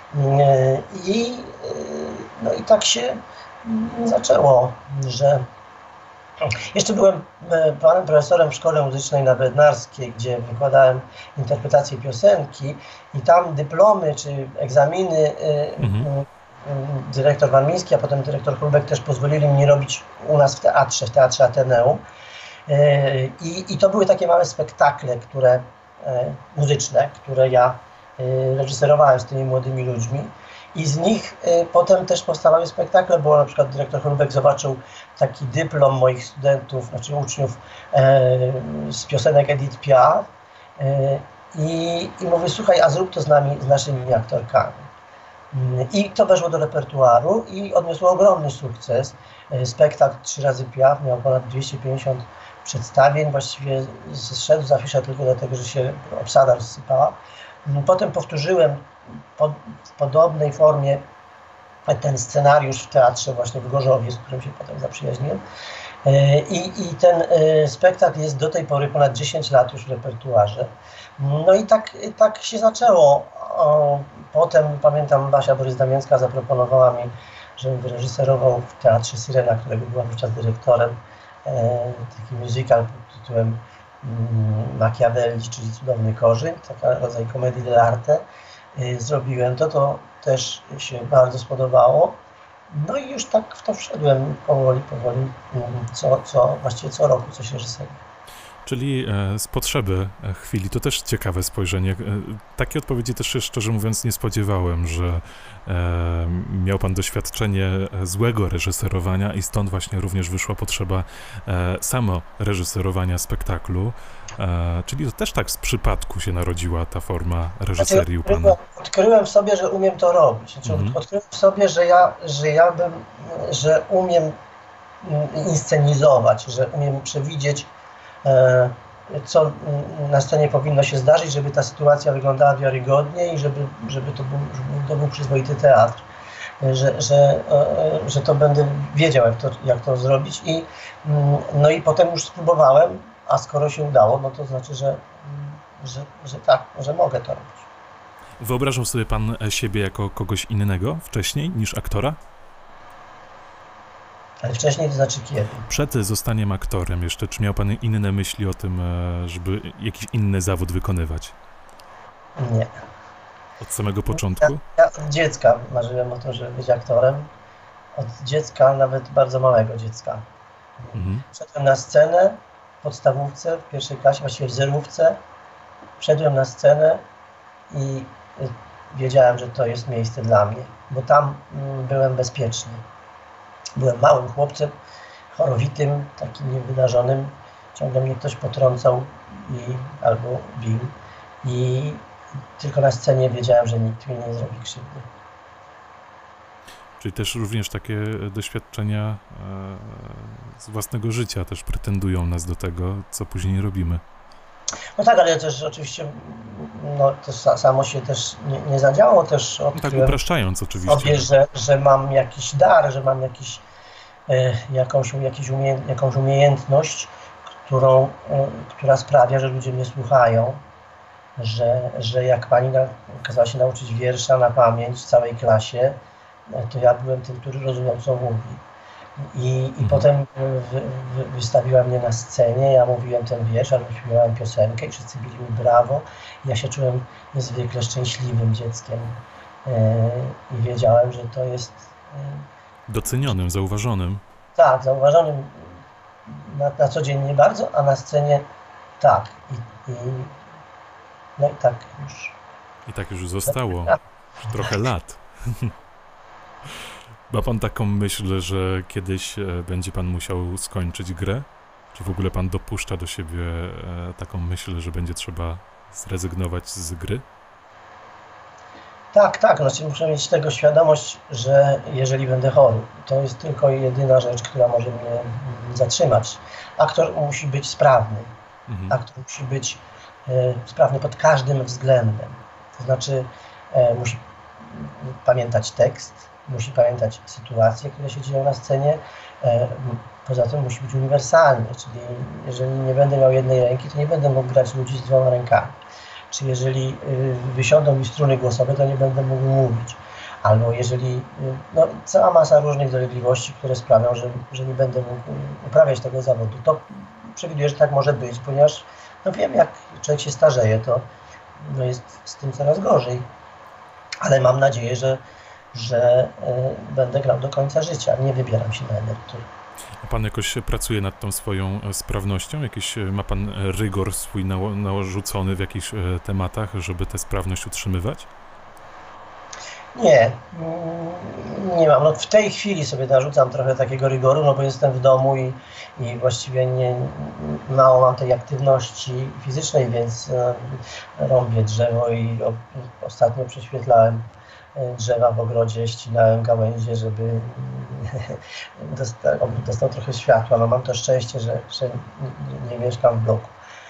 I, no i tak się zaczęło, że jeszcze byłem panem profesorem w szkole muzycznej na Bednarskiej, gdzie wykładałem interpretację piosenki i tam dyplomy czy egzaminy mhm. dyrektor Warmiński, a potem dyrektor Chrubek też pozwolili mi robić u nas w teatrze, w Teatrze Ateneum. I, i to były takie małe spektakle, które, muzyczne, które ja reżyserowałem z tymi młodymi ludźmi i z nich y, potem też powstawały spektakle, bo na przykład dyrektor Chrubek zobaczył taki dyplom moich studentów, znaczy uczniów e, z piosenek Edith Piaf e, i, i mówi, słuchaj, a zrób to z nami, z naszymi aktorkami. I to weszło do repertuaru i odniosło ogromny sukces. Spektakl Trzy razy Piaf miał ponad dwieście pięćdziesiąt przedstawień, właściwie zszedł z afisza tylko dlatego, że się obsada rozsypała. Potem powtórzyłem pod, w podobnej formie ten scenariusz w teatrze właśnie w Gorzowie, z którym się potem zaprzyjaźniłem. I, i ten spektakl jest do tej pory ponad dziesięć lat już w repertuarze. No i tak, tak się zaczęło. Potem pamiętam, Basia Borys-Damięcka zaproponowała mi, żebym wyreżyserował w Teatrze Syrena, którego byłam wówczas dyrektorem, taki musical pod tytułem Machiavelli, czyli Cudowny Korzeń, taka rodzaj komedii dell'arte. Zrobiłem to, to też się bardzo spodobało. No i już tak w to wszedłem powoli, powoli, co, co, właściwie co roku coś reżyseruję. Czyli e, z potrzeby chwili, to też ciekawe spojrzenie. E, takiej odpowiedzi też się szczerze mówiąc nie spodziewałem, że e, miał pan doświadczenie złego reżyserowania i stąd właśnie również wyszła potrzeba e, samo reżyserowania spektaklu. E, czyli to też tak z przypadku się narodziła ta forma reżyserii u pana. Odkryłem, odkryłem w sobie, że umiem to robić. Znaczy, mhm. Odkryłem w sobie, że ja, że ja bym, że umiem inscenizować, że umiem przewidzieć, co na scenie powinno się zdarzyć, żeby ta sytuacja wyglądała wiarygodnie i żeby, żeby, to, był, żeby to był przyzwoity teatr, że, że, że to będę wiedział, jak to, jak to zrobić. I, no i potem już spróbowałem, a skoro się udało, no to znaczy, że, że, że tak, że mogę to robić. Wyobrażał sobie pan siebie jako kogoś innego wcześniej niż aktora? Ale wcześniej to znaczy kiedy? Przed zostaniem aktorem jeszcze, czy miał pan inne myśli o tym, żeby jakiś inny zawód wykonywać? Nie. Od samego początku? Ja, ja od dziecka marzyłem o tym, żeby być aktorem. Od dziecka, nawet bardzo małego dziecka. Mhm. Wszedłem na scenę w podstawówce, w pierwszej klasie, właściwie w zerówce. Wszedłem na scenę i wiedziałem, że to jest miejsce dla mnie, bo tam byłem bezpieczny. Byłem małym chłopcem, chorowitym, takim niewydarzonym. Ciągle mnie ktoś potrącał i, albo bił. I tylko na scenie wiedziałem, że nikt mi nie zrobi krzywdy. Czyli też również takie doświadczenia e, z własnego życia też pretendują nas do tego, co później robimy. No tak, ale też oczywiście no, to samo się też nie, nie zadziało. Też no tak upraszczając oczywiście. Sobie, że, że mam jakiś dar, że mam jakiś, e, jakąś, jakiś umie, jakąś umiejętność, którą, e, która sprawia, że ludzie mnie słuchają, że, że jak pani na, kazała się nauczyć wiersza na pamięć całej klasie, to ja byłem tym, który rozumiał, co mówi. I, i mhm. potem wy, wy, wystawiła mnie na scenie, ja mówiłem ten wiersz, albo śpiewałem piosenkę i wszyscy bili mi brawo. I ja się czułem niezwykle szczęśliwym dzieckiem yy, i wiedziałem, że to jest... Yy, docenionym, zauważonym. Tak, zauważonym na, na co dzień nie bardzo, a na scenie tak. I, i, no i tak już. I tak już zostało. Już trochę lat. Ma pan taką myśl, że kiedyś będzie pan musiał skończyć grę? Czy w ogóle pan dopuszcza do siebie taką myśl, że będzie trzeba zrezygnować z gry? Tak, tak. Znaczy muszę mieć tego świadomość, że jeżeli będę chory, to jest tylko jedyna rzecz, która może mnie zatrzymać. Aktor musi być sprawny. Mhm. Aktor musi być e, sprawny pod każdym względem. To znaczy e, musi pamiętać tekst, musi pamiętać sytuacje, które się dzieją na scenie. Poza tym musi być uniwersalny, czyli jeżeli nie będę miał jednej ręki, to nie będę mógł grać ludzi z dwoma rękami. Czy jeżeli wysiądą mi struny głosowe, to nie będę mógł mówić. Albo jeżeli, no cała masa różnych dolegliwości, które sprawią, że, że nie będę mógł uprawiać tego zawodu. To przewiduję, że tak może być, ponieważ no wiem, jak człowiek się starzeje, to no jest z tym coraz gorzej. Ale mam nadzieję, że że y, będę grał do końca życia, nie wybieram się na emeryturę. A pan jakoś pracuje nad tą swoją sprawnością? Jakiś, ma pan rygor swój nało, narzucony w jakichś tematach, żeby tę sprawność utrzymywać? Nie, nie mam. No w tej chwili sobie narzucam trochę takiego rygoru, no bo jestem w domu i, i właściwie nie, mało mam tej aktywności fizycznej, więc no, rąbię drzewo i o, ostatnio prześwietlałem drzewa w ogrodzie, ścinałem gałęzie, żeby dostał, dostał trochę światła. No mam to szczęście, że, że nie, nie mieszkam w bloku.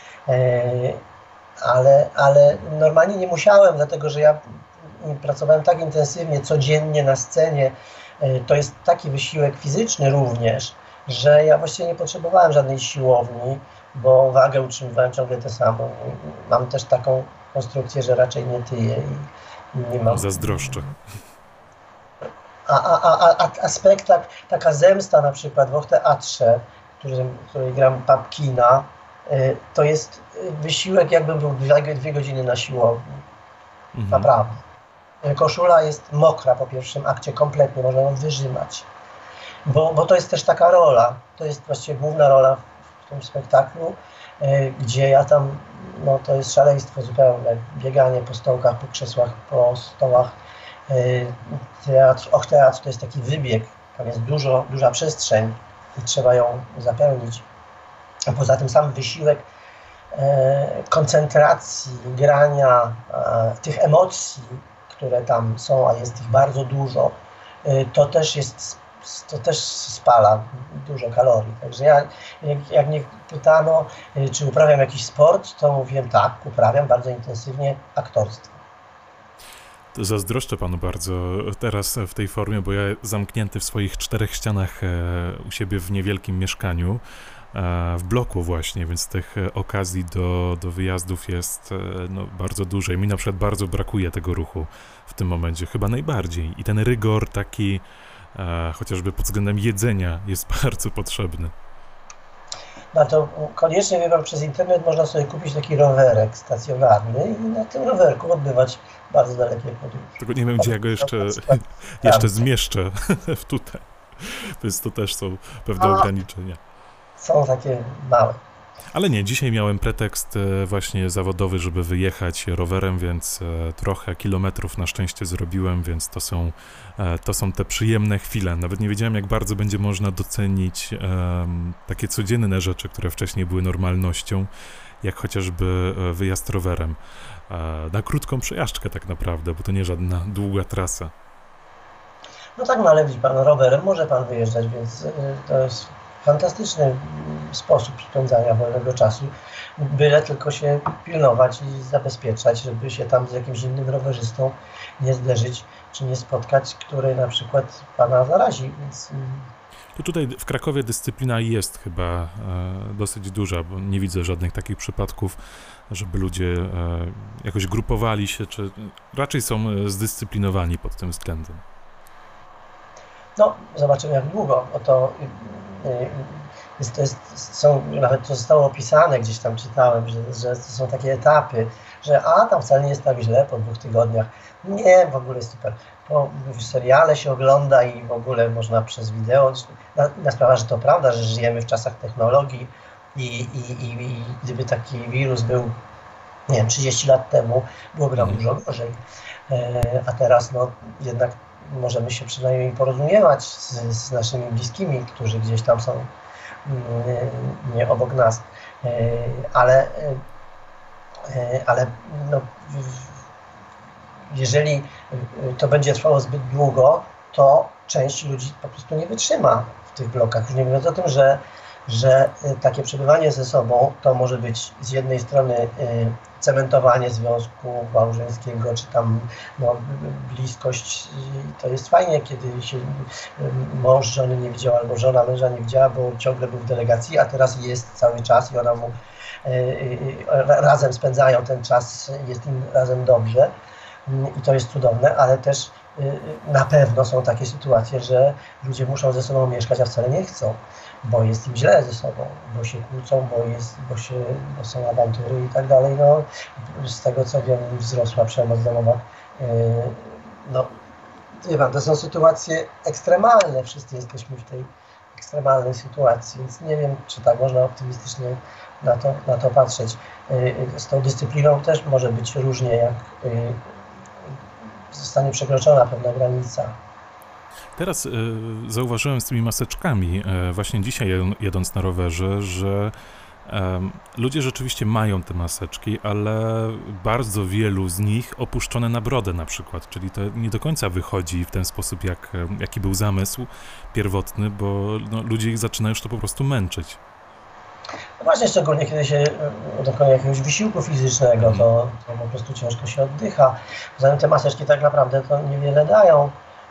Ale, ale normalnie nie musiałem, dlatego że ja pracowałem tak intensywnie, codziennie na scenie. To jest taki wysiłek fizyczny również, że ja właściwie nie potrzebowałem żadnej siłowni, bo wagę utrzymywałem ciągle tę samą. Mam też taką konstrukcję, że raczej nie tyję. I nie mam. Zazdroszczę. A, a, a, a, a spektakl, taka zemsta na przykład w teatrze, w którym, w której gram Papkina, y, to jest wysiłek, jakbym był dwie, dwie godziny na siłowni. Mhm. Naprawdę. Koszula jest mokra po pierwszym akcie kompletnie, można ją wyrzymać. Bo, bo to jest też taka rola, to jest właściwie główna rola w, w tym spektaklu, y, gdzie ja tam, no to jest szaleństwo zupełne, bieganie po stołkach, po krzesłach, po stołach. Teatr, och, teatr to jest taki wybieg, tam jest dużo, duża przestrzeń i trzeba ją zapełnić. A poza tym sam wysiłek e, koncentracji, grania, e, tych emocji, które tam są, a jest ich bardzo dużo, e, to też jest, to też spala dużo kalorii. Także ja, jak, jak mnie pytano, e, czy uprawiam jakiś sport, to mówiłem tak, uprawiam bardzo intensywnie aktorstwo. Zazdroszczę panu bardzo teraz w tej formie, bo ja zamknięty w swoich czterech ścianach u siebie w niewielkim mieszkaniu, w bloku właśnie, więc tych okazji do, do wyjazdów jest no, bardzo dużo i mi na przykład bardzo brakuje tego ruchu w tym momencie, chyba najbardziej. I ten rygor taki, chociażby pod względem jedzenia, jest bardzo potrzebny. No to koniecznie, wie pan, przez internet można sobie kupić taki rowerek stacjonarny i na tym rowerku odbywać bardzo dalekie podróże. Tylko nie wiem, gdzie ja go jeszcze, jeszcze zmieszczę tutaj, więc to też są pewne A, ograniczenia. Są takie małe. Ale nie, dzisiaj miałem pretekst właśnie zawodowy, żeby wyjechać rowerem, więc trochę kilometrów na szczęście zrobiłem, więc to są, to są te przyjemne chwile. Nawet nie wiedziałem, jak bardzo będzie można docenić um, takie codzienne rzeczy, które wcześniej były normalnością, jak chociażby wyjazd rowerem. Na krótką przejażdżkę tak naprawdę, bo to nie żadna długa trasa. No tak, no ale widzi pan, rowerem może pan wyjeżdżać, więc to jest fantastyczny sposób spędzania wolnego czasu, byle tylko się pilnować i zabezpieczać, żeby się tam z jakimś innym rowerzystą nie zderzyć, czy nie spotkać, który na przykład pana zarazi, więc... To tutaj w Krakowie dyscyplina jest chyba e, dosyć duża, bo nie widzę żadnych takich przypadków, żeby ludzie e, jakoś grupowali się, czy raczej są zdyscyplinowani pod tym względem. No, zobaczymy jak długo. Oto y, jest, to jest, są, nawet to zostało opisane, gdzieś tam czytałem, że, że to są takie etapy, że a tam wcale nie jest tak źle po dwóch tygodniach. Nie, w ogóle jest super. Po seriale się ogląda i w ogóle można przez wideo. Na sprawę, że to prawda, że żyjemy w czasach technologii i, i, i, i gdyby taki wirus był, nie wiem, trzydzieści lat temu, byłoby nam dużo gorzej. E, a teraz no jednak możemy się przynajmniej porozumiewać z, z naszymi bliskimi, którzy gdzieś tam są nie, nie obok nas. E, ale e, ale no, jeżeli to będzie trwało zbyt długo, to część ludzi po prostu nie wytrzyma w tych blokach. Już nie mówiąc o tym, że, że takie przebywanie ze sobą to może być z jednej strony cementowanie związku małżeńskiego, czy tam no, bliskość. To jest fajnie, kiedy się mąż żony nie widział, albo żona męża nie widziała, bo ciągle był w delegacji, a teraz jest cały czas i ona mu razem spędzają ten czas, jest im razem dobrze. I to jest cudowne, ale też na pewno są takie sytuacje, że ludzie muszą ze sobą mieszkać, a wcale nie chcą, bo jest im źle ze sobą, bo się kłócą, bo, jest, bo, się, bo są awantury i tak dalej. No, z tego co wiem, wzrosła przemoc domowa. No, wie pan, to są sytuacje ekstremalne, wszyscy jesteśmy w tej ekstremalnej sytuacji, więc nie wiem, czy tak można optymistycznie na to, na to patrzeć. Z tą dyscypliną też może być różnie, jak zostanie przekroczona pewna granica. Teraz y, zauważyłem z tymi maseczkami, y, właśnie dzisiaj jedąc na rowerze, że y, ludzie rzeczywiście mają te maseczki, ale bardzo wielu z nich opuszczone na brodę na przykład, czyli to nie do końca wychodzi w ten sposób, jak, jaki był zamysł pierwotny, bo no, ludzie ich zaczyna już to po prostu męczyć. No właśnie, szczególnie kiedy się dokona jakiegoś wysiłku fizycznego, to, to po prostu ciężko się oddycha. Poza tym te maseczki tak naprawdę to niewiele dają.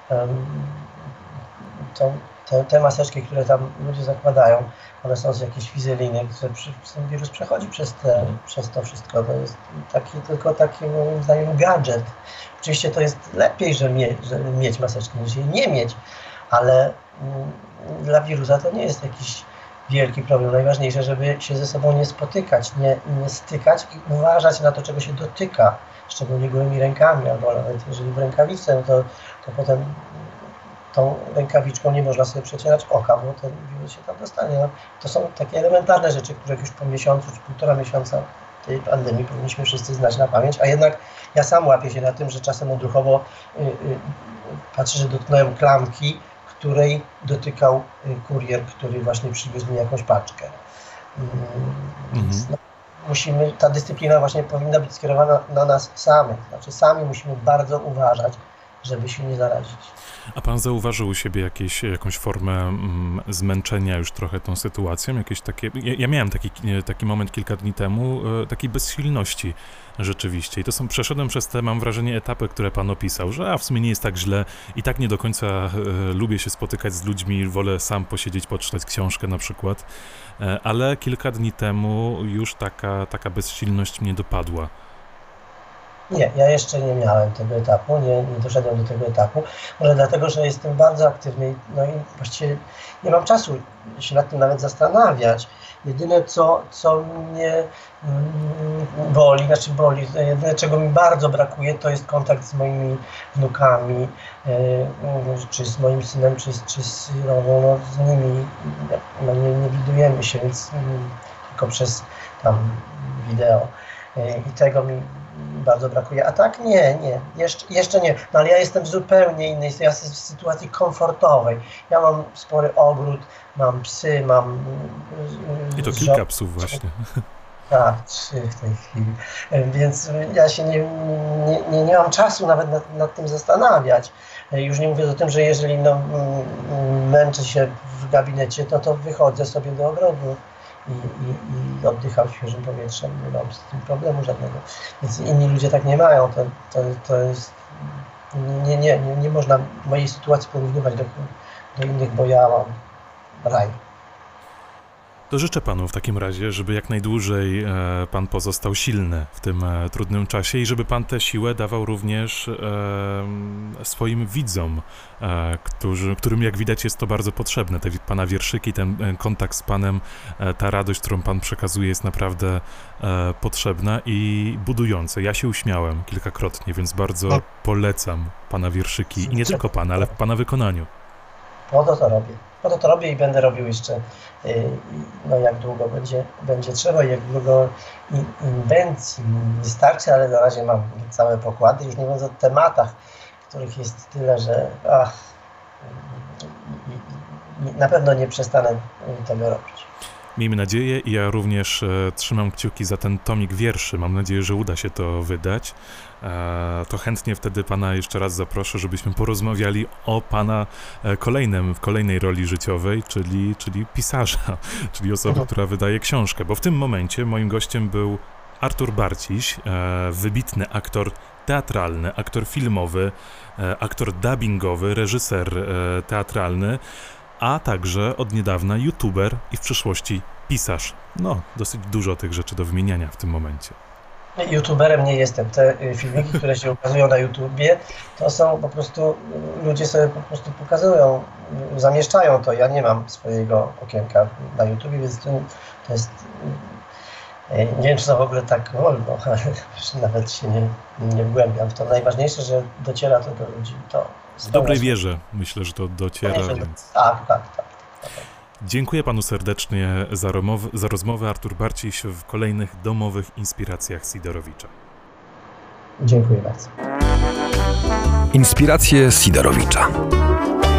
To, te, te maseczki, które tam ludzie zakładają, one są z jakiejś fizeliny, które przy, ten wirus przechodzi przez, te, mm. przez to wszystko. To jest taki, tylko taki, moim zdaniem, gadżet. Oczywiście to jest lepiej, że, mie, że mieć maseczkę, niż jej nie mieć, ale mm, dla wirusa to nie jest jakiś wielki problem. Najważniejsze, żeby się ze sobą nie spotykać, nie, nie stykać i uważać na to, czego się dotyka, szczególnie gołymi rękami, albo nawet jeżeli w rękawice, no to, to potem tą rękawiczką nie można sobie przecierać oka, bo ten wirus się tam dostanie. No, to są takie elementarne rzeczy, których już po miesiącu czy półtora miesiąca tej pandemii powinniśmy wszyscy znać na pamięć, a jednak ja sam łapię się na tym, że czasem odruchowo y, y, patrzę, że dotknąłem klamki, której dotykał kurier, który właśnie przywiózł mi jakąś paczkę. Więc mhm. no, musimy, ta dyscyplina właśnie powinna być skierowana na nas samych. Znaczy sami musimy bardzo uważać, żeby się nie zarazić. A pan zauważył u siebie jakieś, jakąś formę mm, zmęczenia już trochę tą sytuacją? Jakieś takie, ja, ja miałem taki, taki moment kilka dni temu, e, takiej bezsilności rzeczywiście. I to są, przeszedłem przez te, mam wrażenie, etapy, które pan opisał, że a w sumie nie jest tak źle i tak nie do końca e, lubię się spotykać z ludźmi, wolę sam posiedzieć, poczytać książkę na przykład, e, ale kilka dni temu już taka, taka bezsilność mnie dopadła. Nie, ja jeszcze nie miałem tego etapu, nie, nie doszedłem do tego etapu. Może dlatego, że jestem bardzo aktywny, no i właściwie nie mam czasu się nad tym nawet zastanawiać. Jedyne, co, co mnie mm, boli, znaczy boli, jedyne, czego mi bardzo brakuje, to jest kontakt z moimi wnukami, yy, czy z moim synem, czy, czy z Irową, no z nimi no, nie, nie widujemy się, więc yy, tylko przez tam wideo. Yy, I tego mi bardzo brakuje, a tak nie, nie, jeszcze, jeszcze nie, no ale ja jestem w zupełnie innej, ja jestem w sytuacji komfortowej, ja mam spory ogród, mam psy, mam... I to kilka żo- psów właśnie. Tak, trzy w tej chwili, więc ja się nie, nie, nie, nie mam czasu nawet nad, nad tym zastanawiać. Już nie mówię o tym, że jeżeli no, męczę się w w gabinecie, to to wychodzę sobie do ogrodu i, i, i oddycham świeżym powietrzem, nie mam z tym problemu żadnego. Więc inni ludzie tak nie mają, to, to, to jest, nie, nie, nie, nie można mojej sytuacji porównywać do, do innych, bo ja mam raj. To życzę panu w takim razie, żeby jak najdłużej e, pan pozostał silny w tym e, trudnym czasie i żeby pan tę siłę dawał również e, swoim widzom, e, którzy, którym jak widać jest to bardzo potrzebne. Te pana wierszyki, ten e, kontakt z panem, e, ta radość, którą pan przekazuje, jest naprawdę e, potrzebna i budująca. Ja się uśmiałem kilkakrotnie, więc bardzo no. polecam pana wierszyki i nie tylko pana, ale w pana wykonaniu. Po to to robię. Po to to robię i będę robił jeszcze, no jak długo będzie, będzie trzeba i jak długo inwencji wystarczy, ale na razie mam całe pokłady, już nie mówiąc o tematach, których jest tyle, że ach, na pewno nie przestanę tego robić. Miejmy nadzieję i ja również e, trzymam kciuki za ten tomik wierszy. Mam nadzieję, że uda się to wydać. E, to chętnie wtedy pana jeszcze raz zaproszę, żebyśmy porozmawiali o pana e, kolejnym, w kolejnej roli życiowej, czyli, czyli pisarza, czyli osoby, mhm. która wydaje książkę. Bo w tym momencie moim gościem był Artur Barciś, e, wybitny aktor teatralny, aktor filmowy, e, aktor dubbingowy, reżyser e, teatralny, a także od niedawna youtuber i w przyszłości pisarz. No, dosyć dużo tych rzeczy do wymieniania w tym momencie. YouTuberem nie jestem. Te filmiki, które się ukazują na YouTubie, to są po prostu, ludzie sobie po prostu pokazują, zamieszczają to. Ja nie mam swojego okienka na YouTubie, więc to, to jest, nie wiem, czy to w ogóle tak wolno, ale nawet się nie, nie wgłębiam w to. Najważniejsze, że dociera to do ludzi. To w dobrej wierze myślę, że to dociera. Nie, więc... Tak, tak, tak. Dziękuję panu serdecznie za, romow- za rozmowę. Artur Barciś w kolejnych domowych inspiracjach Sidorowicza. Dziękuję bardzo. Inspiracje Sidorowicza.